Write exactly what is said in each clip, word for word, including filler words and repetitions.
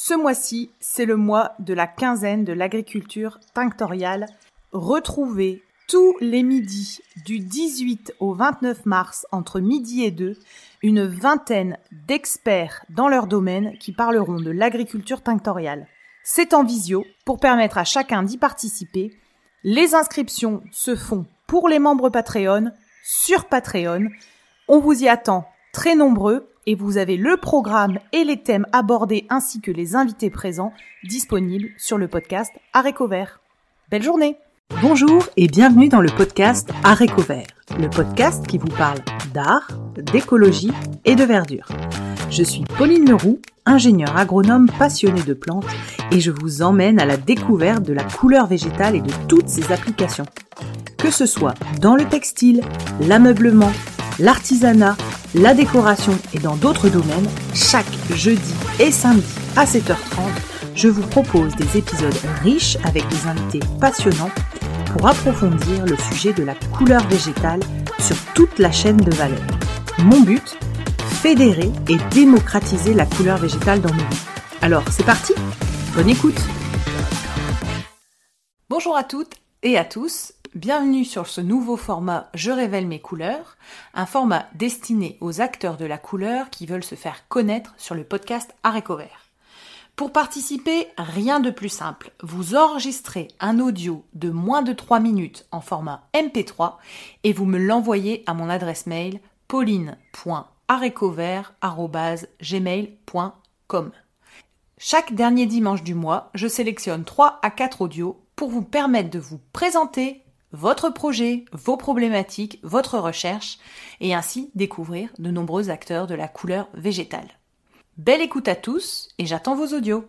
Ce mois-ci, c'est le mois de la quinzaine de l'agriculture tinctoriale. Retrouvez tous les midis du dix-huit au vingt-neuf mars, entre midi et deux, une vingtaine d'experts dans leur domaine qui parleront de l'agriculture tinctoriale. C'est en visio pour permettre à chacun d'y participer. Les inscriptions se font pour les membres Patreon sur Patreon. On vous y attend très nombreux et vous avez le programme et les thèmes abordés ainsi que les invités présents disponibles sur le podcast Haricots Verts. Belle journée! Bonjour et bienvenue dans le podcast Haricots Verts, le podcast qui vous parle d'art, d'écologie et de verdure. Je suis Pauline Leroux, ingénieure agronome passionnée de plantes et je vous emmène à la découverte de la couleur végétale et de toutes ses applications. Que ce soit dans le textile, l'ameublement, l'artisanat, la décoration et dans d'autres domaines, chaque jeudi et samedi à sept heures trente, je vous propose des épisodes riches avec des invités passionnants pour approfondir le sujet de la couleur végétale sur toute la chaîne de valeur. Mon but, fédérer et démocratiser la couleur végétale dans nos vies. Alors, c'est parti, bonne écoute. Bonjour à toutes et à tous, bienvenue sur ce nouveau format Je révèle mes couleurs, un format destiné aux acteurs de la couleur qui veulent se faire connaître sur le podcast Haricots Verts. Pour participer, rien de plus simple. Vous enregistrez un audio de moins de trois minutes en format M P trois et vous me l'envoyez à mon adresse mail pauline point haricotsverts arobase gmail point com. Chaque dernier dimanche du mois, je sélectionne trois à quatre audios pour vous permettre de vous présenter votre projet, vos problématiques, votre recherche et ainsi découvrir de nombreux acteurs de la couleur végétale. Belle écoute à tous et j'attends vos audios.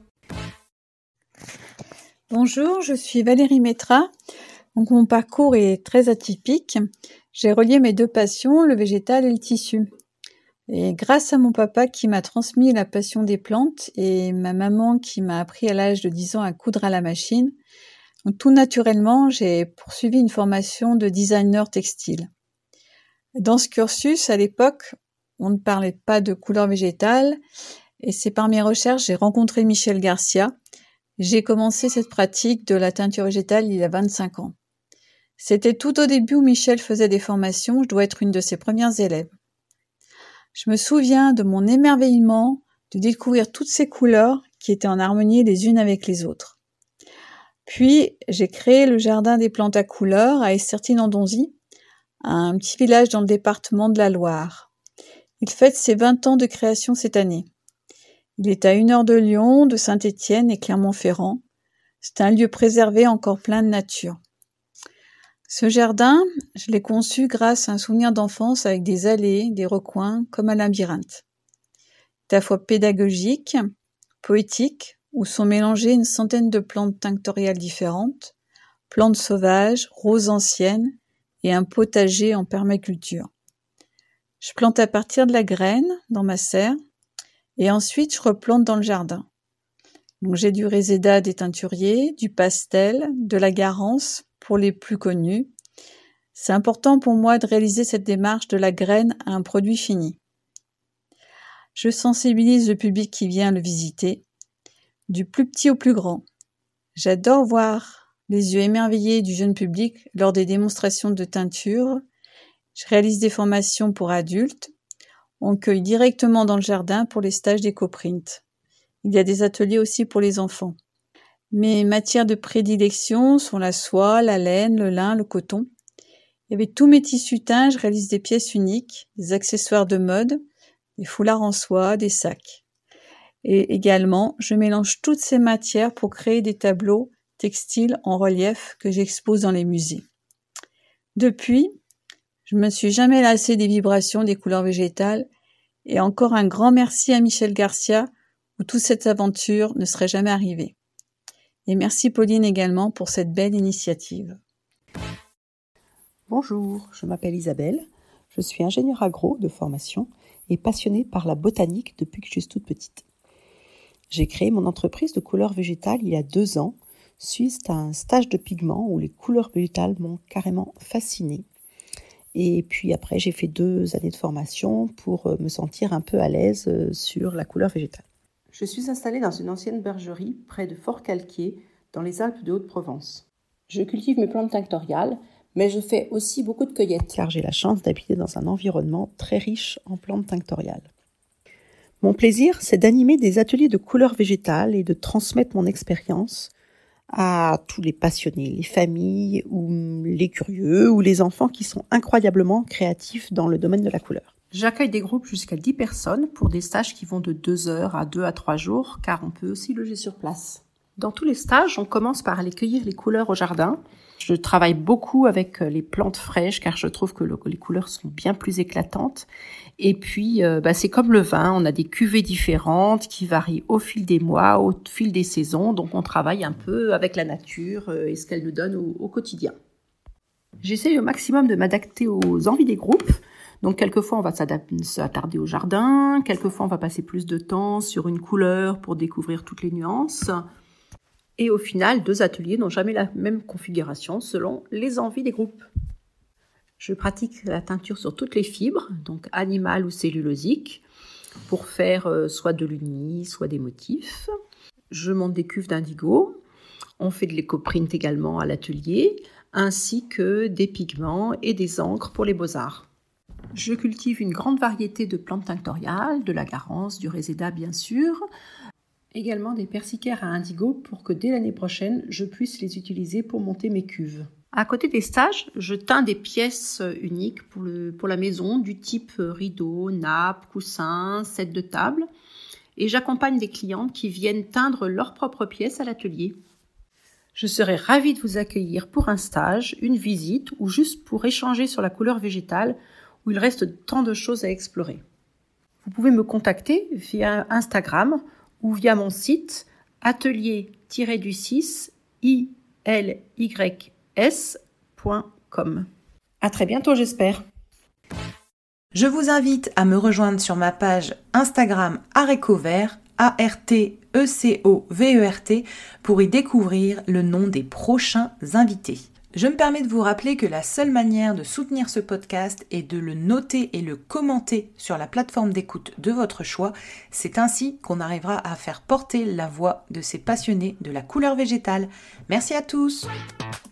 Bonjour, je suis Valérie Métra. Donc mon parcours est très atypique. J'ai relié mes deux passions, le végétal et le tissu. Et grâce à mon papa qui m'a transmis la passion des plantes et ma maman qui m'a appris à l'âge de dix ans à coudre à la machine, donc tout naturellement, j'ai poursuivi une formation de designer textile. Dans ce cursus, à l'époque, on ne parlait pas de couleur végétale et c'est par mes recherches j'ai rencontré Michel Garcia. J'ai commencé cette pratique de la teinture végétale il y a vingt-cinq ans. C'était tout au début où Michel faisait des formations, je dois être une de ses premières élèves. Je me souviens de mon émerveillement de découvrir toutes ces couleurs qui étaient en harmonie les unes avec les autres. Puis, j'ai créé le jardin des plantes à couleurs à Essertines-en-Donzy, un petit village dans le département de la Loire. Il fête ses vingt ans de création cette année. Il est à une heure de Lyon, de Saint-Étienne et Clermont-Ferrand. C'est un lieu préservé encore plein de nature. Ce jardin, je l'ai conçu grâce à un souvenir d'enfance avec des allées, des recoins, comme un labyrinthe. C'est à la fois pédagogique, poétique, où sont mélangées une centaine de plantes tinctoriales différentes, plantes sauvages, roses anciennes et un potager en permaculture. Je plante à partir de la graine dans ma serre et ensuite je replante dans le jardin. Donc j'ai du réséda des teinturiers, du pastel, de la garance pour les plus connus. C'est important pour moi de réaliser cette démarche de la graine à un produit fini. Je sensibilise le public qui vient le visiter, du plus petit au plus grand. J'adore voir les yeux émerveillés du jeune public lors des démonstrations de teinture. Je réalise des formations pour adultes. On cueille directement dans le jardin pour les stages d'éco-print. Il y a des ateliers aussi pour les enfants. Mes matières de prédilection sont la soie, la laine, le lin, le coton. Et avec tous mes tissus teints, je réalise des pièces uniques, des accessoires de mode, des foulards en soie, des sacs. Et également, je mélange toutes ces matières pour créer des tableaux textiles en relief que j'expose dans les musées. Depuis, je ne me suis jamais lassée des vibrations des couleurs végétales et encore un grand merci à Michel Garcia où toute cette aventure ne serait jamais arrivée. Et merci Pauline également pour cette belle initiative. Bonjour, je m'appelle Isabelle, je suis ingénieure agro de formation et passionnée par la botanique depuis que je suis toute petite. J'ai créé mon entreprise de couleurs végétales il y a deux ans, suite à un stage de pigments où les couleurs végétales m'ont carrément fascinée. Et puis après, j'ai fait deux années de formation pour me sentir un peu à l'aise sur la couleur végétale. Je suis installée dans une ancienne bergerie près de Fort-Calquier, dans les Alpes de Haute-Provence. Je cultive mes plantes tinctoriales, mais je fais aussi beaucoup de cueillettes, car j'ai la chance d'habiter dans un environnement très riche en plantes tinctoriales. Mon plaisir, c'est d'animer des ateliers de couleurs végétales et de transmettre mon expérience à tous les passionnés, les familles ou les curieux ou les enfants qui sont incroyablement créatifs dans le domaine de la couleur. J'accueille des groupes jusqu'à dix personnes pour des stages qui vont de deux heures à deux à trois jours, car on peut aussi loger sur place. Dans tous les stages, on commence par aller cueillir les couleurs au jardin. Je travaille beaucoup avec les plantes fraîches, car je trouve que le, les couleurs sont bien plus éclatantes. Et puis, euh, bah, c'est comme le vin, on a des cuvées différentes qui varient au fil des mois, au fil des saisons. Donc, on travaille un peu avec la nature euh, et ce qu'elle nous donne au, au quotidien. J'essaye au maximum de m'adapter aux envies des groupes. Donc, quelquefois, on va s'attarder au jardin. Quelquefois, on va passer plus de temps sur une couleur pour découvrir toutes les nuances. Et au final, deux ateliers n'ont jamais la même configuration selon les envies des groupes. Je pratique la teinture sur toutes les fibres, donc animales ou cellulosiques, pour faire euh, soit de l'uni, soit des motifs. Je monte des cuves d'indigo. On fait de l'éco-print également à l'atelier, ainsi que des pigments et des encres pour les beaux-arts. Je cultive une grande variété de plantes tinctoriales, de la garance, du réséda bien sûr, également des persicaires à indigo pour que dès l'année prochaine, je puisse les utiliser pour monter mes cuves. À côté des stages, je teins des pièces uniques pour, le, pour la maison du type rideau, nappe, coussin, set de table. Et j'accompagne des clientes qui viennent teindre leurs propres pièces à l'atelier. Je serais ravie de vous accueillir pour un stage, une visite ou juste pour échanger sur la couleur végétale où il reste tant de choses à explorer. Vous pouvez me contacter via Instagram ou via mon site atelier du six i l y s point com. À très bientôt, j'espère. Je vous invite à me rejoindre sur ma page Instagram Arécovert, A R T E C O V E R T, pour y découvrir le nom des prochains invités. Je me permets de vous rappeler que la seule manière de soutenir ce podcast est de le noter et le commenter sur la plateforme d'écoute de votre choix. C'est ainsi qu'on arrivera à faire porter la voix de ces passionnés de la couleur végétale. Merci à tous!